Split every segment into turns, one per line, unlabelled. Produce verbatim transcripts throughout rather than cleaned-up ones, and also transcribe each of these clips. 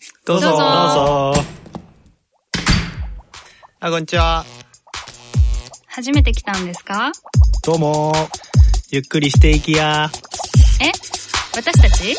どうぞ。どうぞ。あ、こんにちは。
初めて来たんですか？
どうも。ゆっくりしていきや。
え？私たち？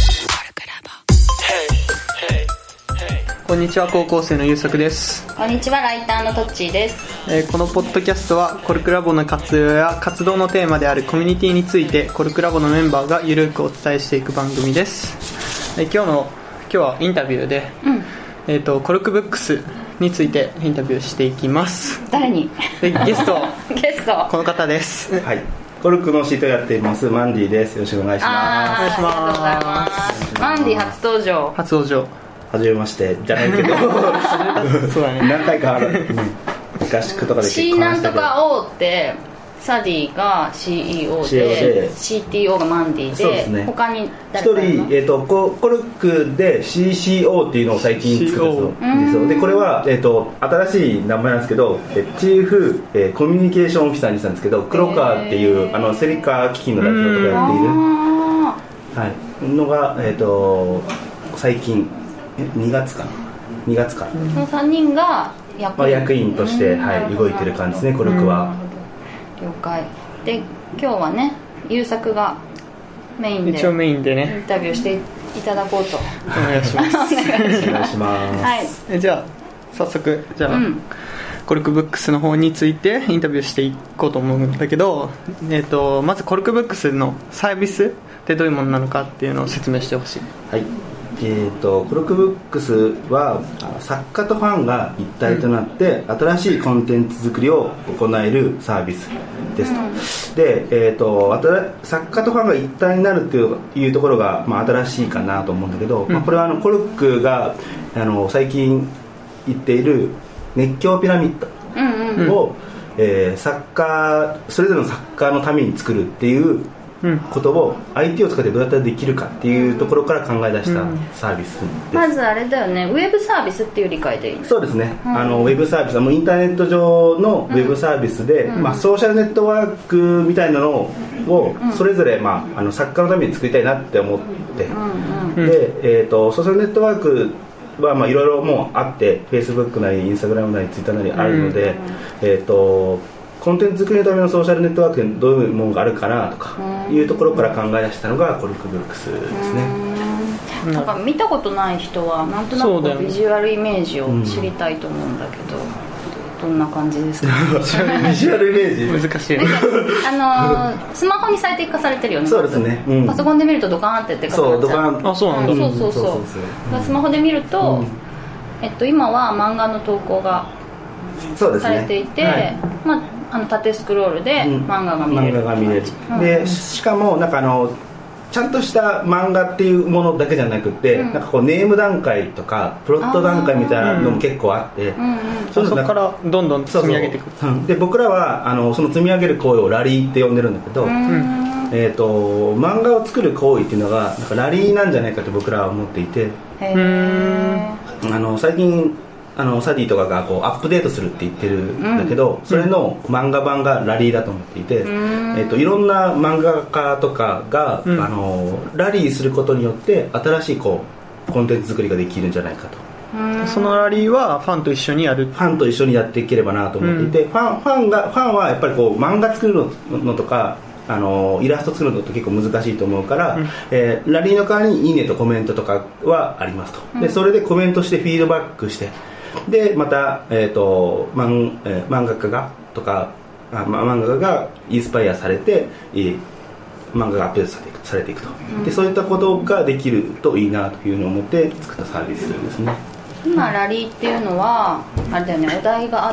こんにちは、高校生のゆうさくです。
こんにちは、ライターのトッチーです。
えー、このポッドキャストはコルクラボの活用や活動のテーマであるコミュニティについてコルクラボのメンバーがゆるくお伝えしていく番組です。えー、今日の今日はインタビューで、うんえー、とコルクブックスについてインタビューしていきます。
誰に？
でゲスト
ゲスト
この方です。
はい、コルクのシートやっていますマンディです。よろしくお願いします。
あー、お願いします。ありがとうございます。マンディ初登場。
初登場。
はじめましてじゃないけど
そうだね、
何回かある、うん、合宿とかで結構話したけど
C なんとか O ってサディが シーイーオー で シーティーオー がマンディ で,
そうですね、
他に誰かいるの？
一人、えー、と コ, コルクで シーシーオー っていうのを最近作ったんですよ。でこれは、えー、と新しい名前なんですけどチーフ、えー、コミュニケーションオフィサーにしたんですけど、黒川っていうあのセリカ基金の代表とかやっている、はい、のが、えー、と最近にがつかなにがつから、
そのさんにんが役員、
まあ、役員として、はい、動いてる感じですね、コルクは。
了解。で今日はね、優作がメインで
一応メインでね
インタビューしていただこうと
お願いします
お願いします。はい、
えじゃあ早速じゃあ、うん、コルクブックスの方についてインタビューしていこうと思うんだけど、えー、とまずコルクブックスのサービスってどういうものなのかっていうのを説明してほしい。
はい、えー、とコルクブックスは作家とファンが一体となって新しいコンテンツ作りを行えるサービスですと、うん、で、えー、と作家とファンが一体になるという、いうところが、まあ、新しいかなと思うんだけど、うんまあ、これはあのコルクがあの最近言っている熱狂ピラミッドを、うんうんえー、作家それぞれの作家のために作るっていうことを アイティー を使ってどうやったらできるかっていうところから考え出したサービスです、
うん、まずあれだよね、ウェブサービスっていう理解でいいの？
そうですね、うん、あのウェブサービスはもうインターネット上のウェブサービスで、うんまあ、ソーシャルネットワークみたいなのをそれぞれ、まあ、あの作家のために作りたいなって思って、うんうん、で、えーと、ソーシャルネットワークはまあいろいろもうあって Facebook なり Instagram なり Twitter なりあるので、うんえーとコンテンツ作りのためのソーシャルネットワークでどういうものがあるかなとかいうところから考え出したのがコルクブックスですね。
なんか見たことない人はなんとなくビジュアルイメージを知りたいと思うんだけど、うん、どんな感じですか？
ビジュアルイメージ
難しい。
あのスマホに最適化されてるよね。
そうですね、うん、
パソコンで見るとドカーンってやって
そうドカーン
あそうなんだ、
うん、そうそうそう、そうそうそうスマホで見ると、うんえっと、今は漫画の投稿がされていて、ねはいまああの縦スクロールで漫画が見れる、うん、漫画が見れる、
うん、でしかもなんかあのちゃんとした漫画っていうものだけじゃなくて、うん、なんかこうネーム段階とかプロット段階みたいなのも結構あって、
うんうん、そこからどんどん積み上げていく。
そうそう、うん、で僕らはあのその積み上げる行為をラリーって呼んでるんだけど、うんえー、と漫画を作る行為っていうのがなんかラリーなんじゃないかと僕らは思っていて、
へー
あの最近あのサディとかがこうアップデートするって言ってるんだけど、うん、それの漫画版がラリーだと思っていて、うんえー、といろんな漫画家とかが、うん、あのラリーすることによって新しいこうコンテンツ作りができるんじゃないかと。
そのラリーはファンと一緒にやる
ファンと一緒にやっていければなと思っていて、うん、ファン、ファンがファンはやっぱりこう漫画作るのとかあのイラスト作るのって結構難しいと思うから、うんえー、ラリーの代わりにいいねとコメントとかはありますと、うん、でそれでコメントしてフィードバックしてでまた、えーと漫えー、漫画家がとかあ、ま、漫画家がインスパイアされて、えー、漫画がアップデートされていく、されていくと、うん、でそういったことができるといいなというのを思って作ったサービスですね。
今ラリーっていうのはあれだよね、お題があって、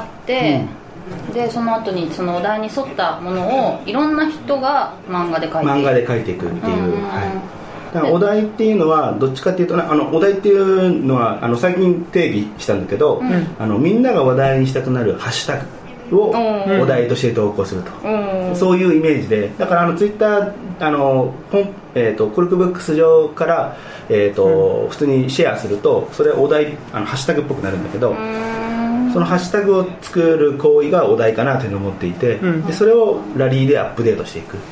うん、でその後にそのお題に沿ったものをいろんな人が漫画で描いていく
漫画で描いていくっていう、うんはいお題っていうのはどっちかっていうとあのお題っていうのはあの最近定義したんだけど、うん、あのみんなが話題にしたくなるハッシュタグをお題として投稿すると、うん、そういうイメージでだからあのツイッターあの、えー、とコルクブックス上から、えーとうん、普通にシェアするとそれお題あのハッシュタグっぽくなるんだけど、うん、そのハッシュタグを作る行為がお題かなというのを思っていて、うん、でそれをラリーでアップデートしていく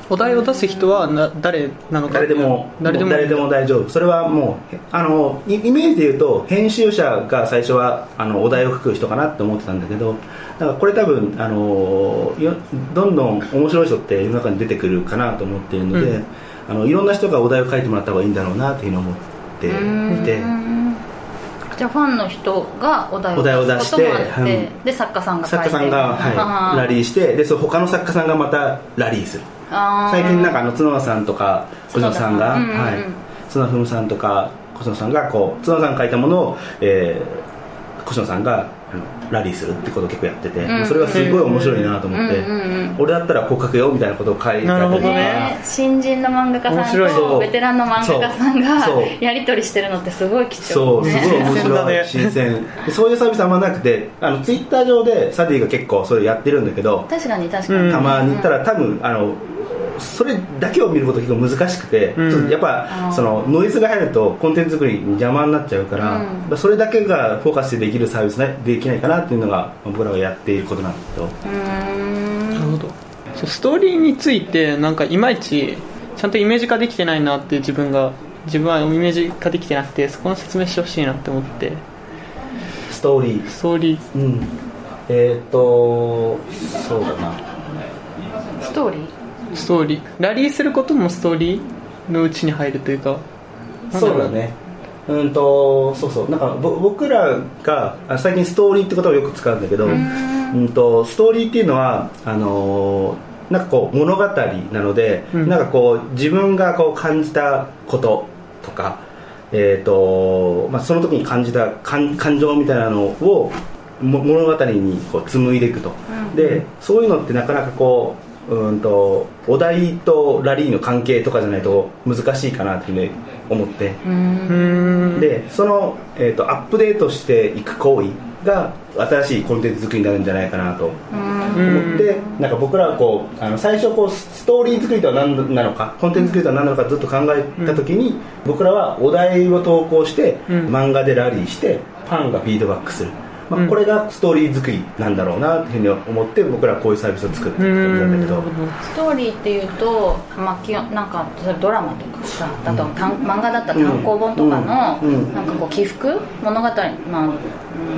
お題を出す人はな誰なのか。
誰でも誰でも誰でも大丈夫。それはもうあのイメージで言うと編集者が最初はあのお題を書く人かなって思ってたんだけど、だからこれ多分あのどんどん面白い人って世の中に出てくるかなと思っているので、うん、あのいろんな人がお題を書いてもらった方がいいんだろうなっていうのを思っていて。
じゃあファンの人がお題を出すこともあって、うん、で作家さんが書いて
作家さんが、はい、ラリーして、でその他の作家さんがまたラリーする。最近なんかあの角田さんとか小野さんが、うんうんうん、はい、角田文さんとか小野さんがこう角田さんが書いたものを、えー、小野さんがあのラリーするってことを結構やってて、うんうん、それがすごい面白いなと思って、うんうんうん、俺だったらこう書くよみたいなことを書いてあったりとか、
ね、新人の漫画家さんとベテランの漫画家さんがやり取りしてるのってすごい貴重、
そう、すごい面白い、新鮮でそういうサービスはあんまなくて、あのツイッター上でサディが結構それやってるんだけど、
確かに確かに
たまに行ったら多分あのそれだけを見ることが結構難しくて、うん、やっぱそのノイズが入るとコンテンツ作りに邪魔になっちゃうから、うん、それだけがフォーカスでできるサービスできないかなっていうのが僕らがやっていることなんですけど。う
ーん、なるほど。そう、ストーリーについてなんかいまいちちゃんとイメージ化できてないなって自分が自分はイメージ化できてなくて、そこの説明してほしいなって思って。
ストーリー
ストーリー、
うん、えー、っとそうだな、
ストーリー
ストーリーラリーすることもストーリーのうちに入るというか。
そうだね、うんとそうそう、なんか僕らが最近ストーリーって言葉をよく使うんだけど、うんとストーリーっていうのはあのー、なんかこう物語なので、うん、なんかこう自分がこう感じたこととか、えーとまあ、その時に感じた 感, 感情みたいなのを物語にこう紡いでいくと、うん、でそういうのってなかなかこううんとお題とラリーの関係とかじゃないと難しいかなっていうふうに思って、うーんでその、えーと、アップデートしていく行為が新しいコンテンツ作りになるんじゃないかなと思って、なんか僕らはこうあの最初こうストーリー作りとは何なのか、コンテンツ作りとは何なのかずっと考えた時に、僕らはお題を投稿して、うん、漫画でラリーしてファンがフィードバックする、まあ、これがストーリー作りなんだろうなというふうに思って、僕らはこういうサービスを作ってるんだけど、
ストーリーっていうと、まあ、なんかドラマとかさだと、うん、漫画だったら単行本とかの、うんうん、なんかこう起伏物語、まあうん、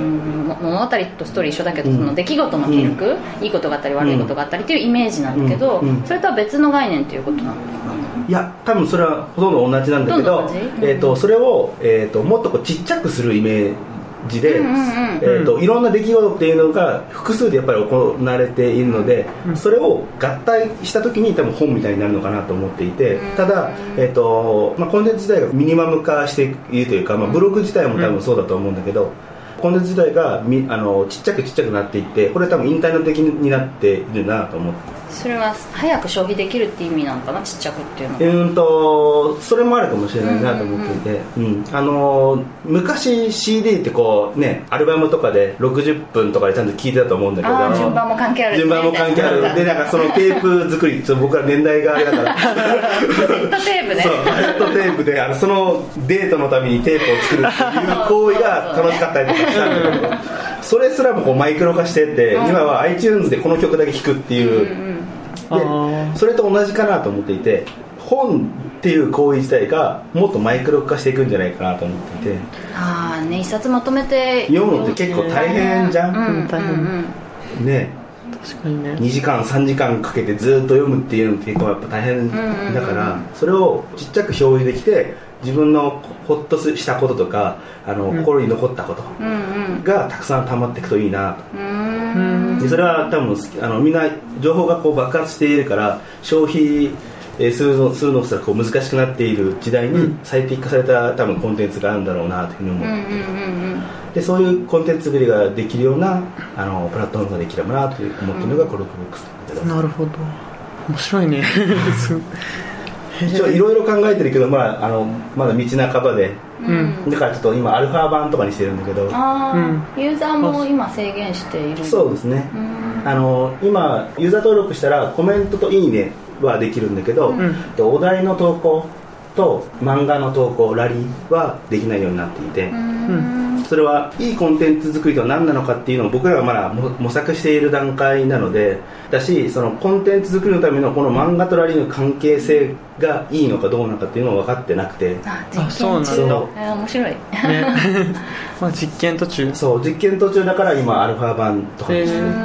物語とストーリー一緒だけど、うん、その出来事の起伏、うん、いいことがあったり悪いことがあったりっていうイメージなんだけど、うんうん、それとは別の概念っていうことなのかな。
いや多分それはほとんど同じなんだけど、うん、えー、とそれを、えー、ともっとこうちっちゃくするイメージで、うんうんうん、えー、といろんな出来事っていうのが複数でやっぱり行われているので、うん、それを合体した時に多分本みたいになるのかなと思っていて、ただ、えーとまあ、コンテンツ自体がミニマム化しているというか、まあ、ブログ自体も多分そうだと思うんだけど、うん、コンテンツ自体がみあのちっちゃくちっちゃくなっていって、これ多分インターネット的になっているなと思って。
それは早く消費できるっていう意味なのかな、ちっちゃくっていうのは。
うんとそれもあるかもしれないなと思っていて、うんうんうん、あの昔 シーディー ってこうね、アルバムとかでろくじゅっぷんとかでちゃんと聴いてたと思うんだけど、
順番も関係ある、
順番も関係あるで、なんかそのテープ作り、僕ら年代があれだから
カセットテープね、
そうカセットテープであのそのデートのためにテープを作るっていう行為が楽しかったりとかしたんだけど、それすらもこうマイクロ化してって、うん、今は iTunes でこの曲だけ聴くっていう、うんうん、でそれと同じかなと思っていて、本っていう行為自体がもっとマイクロ化していくんじゃないかなと思っていて、
ああね、一冊まとめて
読むのって結構大変じゃん、うんうん、
大変
ね、
確かにね、
にじかんさんじかんかけてずっと読むっていうのって結構やっぱ大変だから、それをちっちゃく表示できて、自分のホッとしたこととかあの、うん、心に残ったことがたくさん溜まっていくといいなと、うん、でそれは多分あのみんな情報がこう爆発しているから消費するのするのすらこう難しくなっている時代に最適化された多分コンテンツがあるんだろうなというふうに思って、うんうんうんうん、でそういうコンテンツ作りができるようなあのプラットフォームができればなと思っているのがコルクブックスだけど、
なるほど、面白いね
一応いろいろ考えてるけど、まあ、あのまだ道半ばで、うん、だからちょっと今アルファ版とかにしてるんだけど、
あ、うん、ユーザーも今制限している。
そうですね、あの今ユーザー登録したらコメントといいねはできるんだけど、うん、お題の投稿と漫画の投稿ラリーはできないようになっていて、
うん
それはいいコンテンツ作りとは何なのかっていうのを僕らはまだ模索している段階なので、だしそのコンテンツ作りのためのこの漫画とラリーの関係性がいいのかどうなのかっていうのは分かってなくて、
あ実験中。
そうなんだ
えー、面白い、
ねまあ実験途中
そう実験途中だから今アルファ版とかにしてるっていう。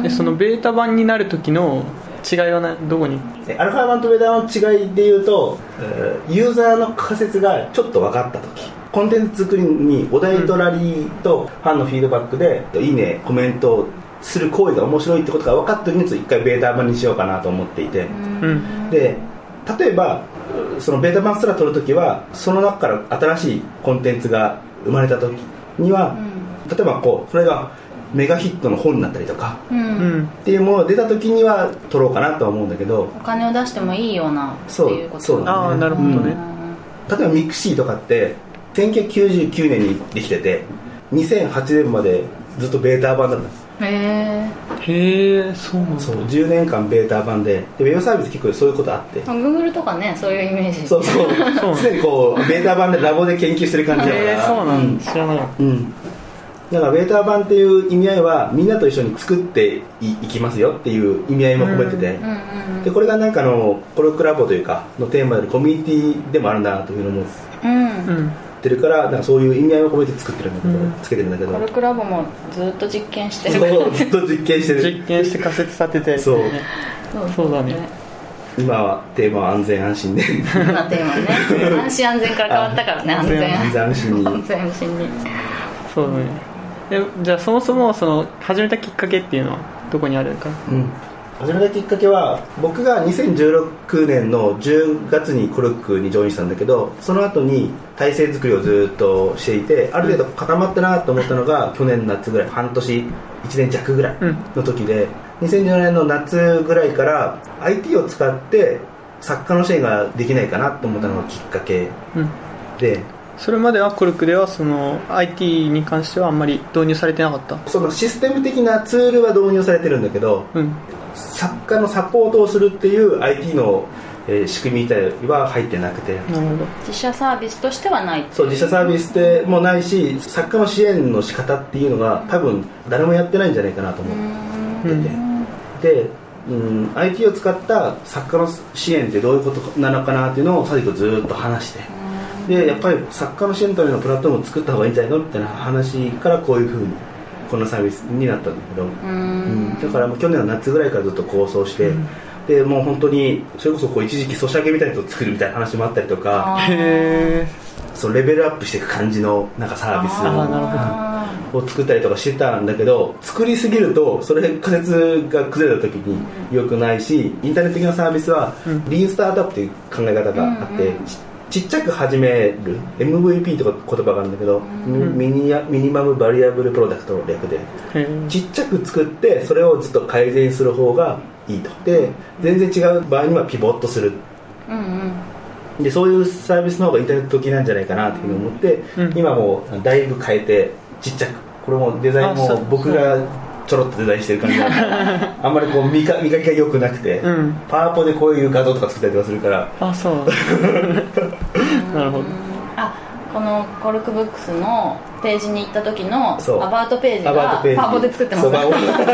でそのベータ版になる時の違いはなどこに？
アルファ版とベータ版の違いでいうと、えーユーザーの仮説がちょっと分かった時、コンテンツ作りにお題とラリーとファンのフィードバックで、いいねコメントをする行為が面白いってことが分かった時に一回ベータ版にしようかなと思っていて、
うん
で例えばそのベータ版すら取るときはその中から新しいコンテンツが生まれたときには、例えばこうそれがメガヒットの本になったりとか、
うん
うん
っていうものが出たときには取ろうかなとは思うんだけど、
お金を出してもいいようなっていうこと。
そうそうだね
ああなるほどね、
うん例えばミクシーとかってせんきゅうひゃくきゅうじゅうきゅうねんにできててにせんはちねんまでずっとベータ版だった
へ
へえそうなんだ。
そうじゅうねんかんベータ版で、でウェブサービス結構そういうことあって、
え。Google とかね、そういうイメージ。
そうそう常にこうベータ版でラボで研究してる感じだから、
へえそうなん
うん
だ、知らなかっ
うん、だからベータ版っていう意味合いはみんなと一緒に作っていきますよっていう意味合いも込めてて、
うんうんうん、
でこれがなんかのコルクラボというかのテーマであるコミュニティでもあるんだなというのも
うん
た。うん
ってるから、なんかそういう意味合いを込めて作ってるんだけど、
うん
つけてるんだけど、
コルクラボもずっと実験してる。
そうずっと実験してる。
実験して仮説立てて
そう
そうだね。
今はテーマは安全安心で
なテーマね。安心安全から変わったからね。安全
安全安心に
安全安心に。
そうだね。えじゃあそもそもその始めたきっかけっていうのはどこにあるか？
うん始めたきっかけは僕がにせんじゅうろくねんのじゅうがつにコルクにジョインしたんだけど、その後に体制作りをずっとしていて、ある程度固まったなと思ったのが去年夏ぐらい、半年いちねん弱ぐらいの時で、にせんじゅうよねんの夏ぐらいから アイティー を使って作家の支援ができないかなと思ったのがきっかけ
うん
で、
それまではコルクではその アイティー に関してはあんまり導入されてなかった？
そのシステム的なツールは導入されてるんだけど、
うん
作家のサポートをするっていう アイティー の、えー仕組み自体は入ってなくて、
なるほど。
自社サービスとしてはない。
そう自社サービスでもないし、作家の支援の仕方っていうのが多分誰もやってないんじゃないかなと思ってて、で、うん、アイティー を使った作家の支援ってどういうことなのかなっていうのをサディとずっと話して、でやっぱり作家の支援のためのプラットフォームを作った方がいいんじゃないのみたいな話からこういうふうにこのサービスになったんだけど、うんだからもう去年の夏ぐらいからずっと構想して、うん、でもう本当にそれこそこう一時期ソシャゲみたいなのを作るみたいな話もあったりとか、
へ
そのレベルアップしていく感じのなんかサービスを作ったりとかしてたんだけど、作りすぎるとそれ仮説が崩れた時に良くないし、インターネット的なサービスはリーンスタートアップっていう考え方があって、うんうん、ちっちゃく始める エムブイピー とか言葉があるんだけど、うん、ミニミニマムバリアブルプロダクトの略で、うん、ちっちゃく作ってそれをずっと改善する方がいいと。で全然違う場合にはピボットする、うんうん、でそういうサービスの方がインターネット的なんじゃないかなというふうに思って、うん、今もうだいぶ変えてちっちゃく、これもデザインも僕がちょろっとデザインしてる感じなんであんまりこう見か見かけが良くなくて、うん、パワポでこういう画像とか作ったりとかするから、
あそうなるほど。
あこのコルクブックスのページに行った時のアバウトページがパワポで作ってます。面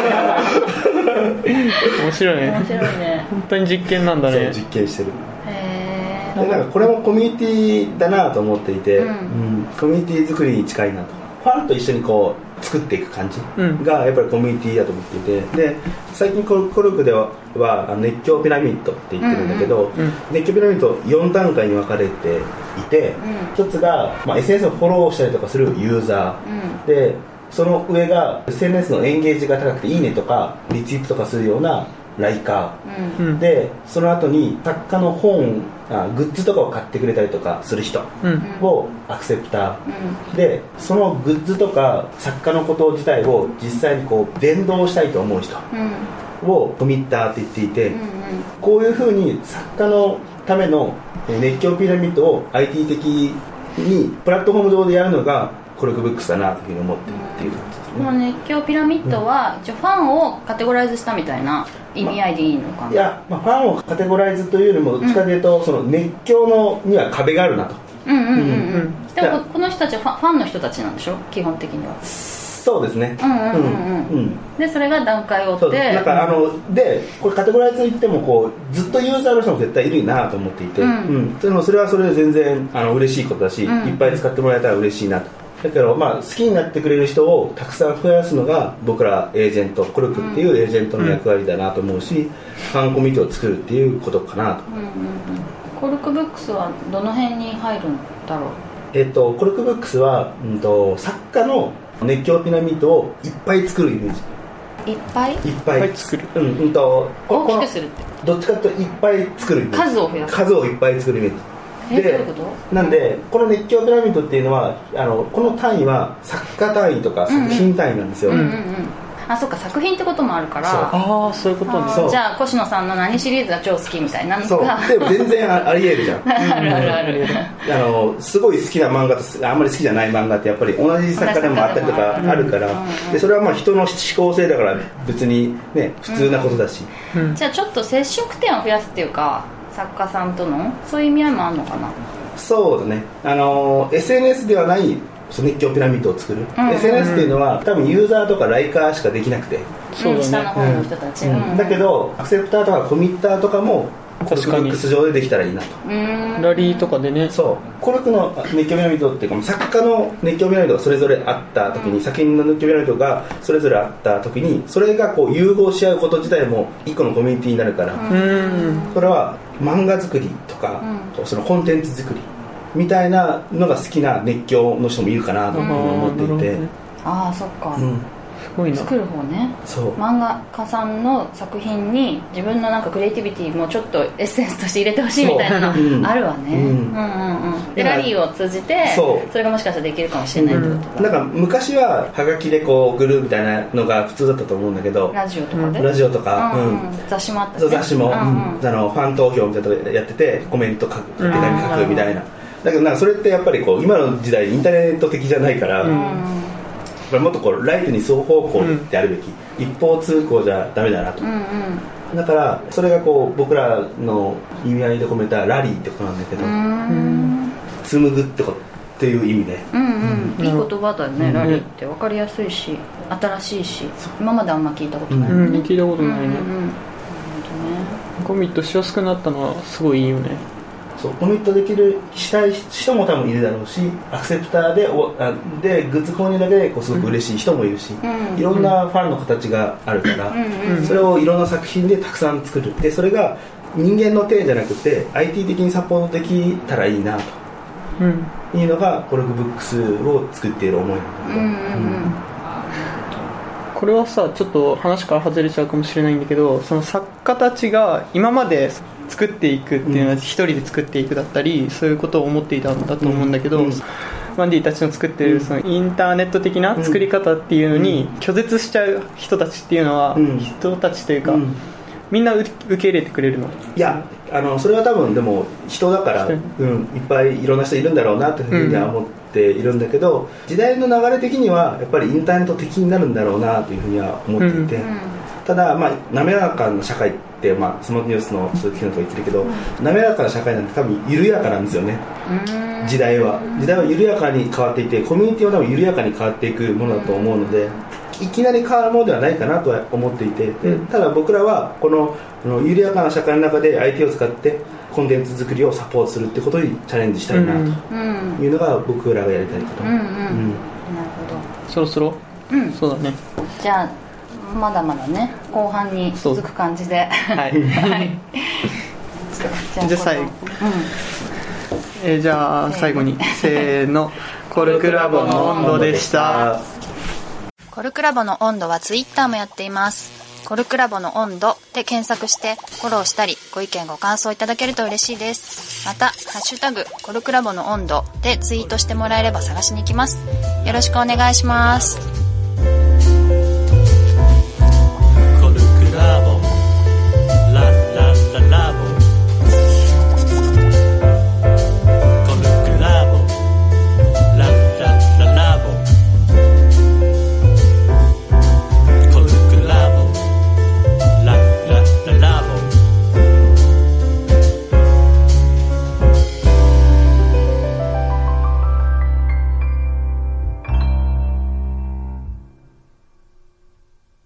白いね。
面白いね。
本当に実験なんだね。
そう実験してる。
へ
でなんかこれもコミュニティだなと思っていて、うんうん、コミュニティ作りに近いなと。ファンと一緒にこう作っていく感じがやっぱりコミュニティだと思っていて、で最近コルクではは熱狂ピラミッドって言ってるんだけど、うんうん、熱狂ピラミッドよん段階に分かれていて、うん、一つが、まあ、エスエヌエス をフォローしたりとかするユーザー、うん、でその上が エスエヌエス のエンゲージが高くていいねとかリツイートとかするようなライカー、うん、でその後に作家の本あグッズとかを買ってくれたりとかする人をアクセプター、うん、でそのグッズとか作家のこと自体を実際にこう伝道したいと思う人をコミッターって言っていて、うんうん、こういうふうに作家のための熱狂ピラミッドを アイティー 的にプラットフォーム上でやるのがコルクブックスだなというふうに思ってるっていう感じですね。
この熱狂ピラミッドは、うん、ファンをカテゴライズしたみたいな意味合いでいいのかな、ま、
いや、まあ、ファンをカテゴライズというよりもどっちかというと、うん、その熱狂のには壁があるなと。
うんうんうんうん、うん、でもこの人たちはファ、ファンの人たちなんでしょ基本的には。
そうですね。
うんうんうんうん、うん、でそれが段階を追って
なんかあのでこれカテゴライズといってもこうずっとユーザーの人も絶対いるなと思っていて、うんうん、でもそれはそれで全然あの嬉しいことだし、うん、いっぱい使ってもらえたら嬉しいなと。だけど、まあ、好きになってくれる人をたくさん増やすのが僕らエージェントコルクっていうエージェントの役割だなと思うし、うん、ファンコミュニティを作るっていうことかなと、うんうんうん、
コルクブックスはどの辺に入るんだろう。
えっと、コルクブックスは、うんと、作家の熱狂ピラミッドをいっぱい作るイメー
ジ。いっぱいいっ
ぱい作る、
うんうん、と
大きくするって
どっちかというといっぱい作るイメージ。
数を増やす。
数をいっぱい作るイメージ
で、どういうこと？
なんでこの熱狂ピラミッドっていうのはあのこの単位は作家単位とか作品単位なんですよ、うんうんうんうん、
あ、そっか、作品ってこともあるから。
ああ、そういうことね。
じゃあ越野さんの何シリーズが超好きみたいなのが。
そうでも全然ありえるじゃん
あるあるある
あのすごい好きな漫画とあんまり好きじゃない漫画ってやっぱり同じ作家でもあったりとかあるから、うん、でそれはまあ人の思考性だから別にね普通なことだし、
うんうん、じゃあちょっと接触点を増やすっていうか作家さんとのそういう意味合いもあるのかな。
そうだね、あの エスエヌエス ではない熱狂ピラミッドを作る、うんうんうん、エスエヌエス っていうのは多分ユーザーとかライカーしかできなくて、
そうだね、下の方の人たち、うんうん、
だけどアクセプターとかコミッターとかもコルクブックス上でできたらいいなと。
ラリーとかでね。
そうコルクの熱狂ピラミッドっていうか作家の熱狂ピラミッドがそれぞれあった時に、うん、作品の熱狂ピラミッドがそれぞれあった時にそれがこう融合し合うこと自体も一個のコミュニティになるから、うん、それは漫画作りとか、うん、そのコンテンツ作りみたいなのが好きな熱狂の人もいるかなと思っていて、うん、
ああそっか、
うんすごいな。
作る方ね。
そう
漫画家さんの作品に自分のなんかクリエイティビティもちょっとエッセンスとして入れてほしいみたいなのあるわね、うんうんうんうん、でラリーを通じて そ, それがもしかしたらできるかもしれないってことだ、
うん、なんか昔はハガキでこう送るみたいなのが普通だったと思うんだけど、
ラジオとかで、
ラジオとか、うんうん、
雑誌もあった、ね、
雑誌も、うんうん、あのファン投票みたいなのやっててコメント書く手紙書くみたいな、だけどなんかそれってやっぱりこう今の時代インターネット的じゃないから、うんもっとこうライトに双方向であるべき、うん、一方通行じゃダメだなと、うんうん、だからそれがこう僕らの意味合いで込めたラリーってことなんだけど、うん紡ぐってことっていう意味で、
うんうんうん、いい言葉だよね、うん、ラリーって分かりやすいし新しいし今まであんま聞いたことない、ね
うん、聞いたことないね、うんうんうん、なるほどね。コミットしやすくなったのはすごいいいよね。
そうコミットできるしたい人も多分いるだろうし、アクセプターでおあでグッズ購入だけでこうすごく嬉しい人もいるし、うん、いろんなファンの形があるから、うん、それをいろんな作品でたくさん作る。でそれが人間の手じゃなくて アイティー 的にサポートできたらいいなと、うん、いうのがコルクブックスを作っている思いなんだけど、うんうんうん、
これはさちょっと話から外れちゃうかもしれないんだけど、その作家たちが今まで作っていくっていうのは一人で作っていくだったり、うん、そういうことを思っていたんだと思うんだけど、うんうん、マンディたちの作ってるそのインターネット的な作り方っていうのに拒絶しちゃう人たちっていうのは、うん、人たちというか、うん、みんな受け入れてくれるの？
いやあのそれは多分でも人だから、うん、いっぱいいろんな人いるんだろうなというふうには思っているんだけど、うん、時代の流れ的にはやっぱりインターネット的になるんだろうなというふうには思っていて、うんただ、まあ、滑らかな社会って、まあ、スモークニュースの鈴木のとか言ってるけど、うん、滑らかな社会なんて多分緩やかなんですよね、うん、時代は時代は緩やかに変わっていてコミュニティは多分緩やかに変わっていくものだと思うので、いきなり変わるものではないかなとは思っていて、でただ僕らはこの緩やかな社会の中で アイティー を使ってコンテンツ作りをサポートするってことにチャレンジしたいなというのが僕らがやりたいこと、うんうんうん、なるほ
ど。そろそろ、うん、そうだね。
じゃあまだまだね後半に続く感じで
はい、はい、じゃあ最後、うんえー、じゃあ最後にせーのコルクラボの温度でした。
コルクラボの温度はツイッターもやっています。コルクラボの温度で検索してフォローしたりご意見ご感想いただけると嬉しいです。またハッシュタグコルクラボの温度でツイートしてもらえれば探しに行きます。よろしくお願いします。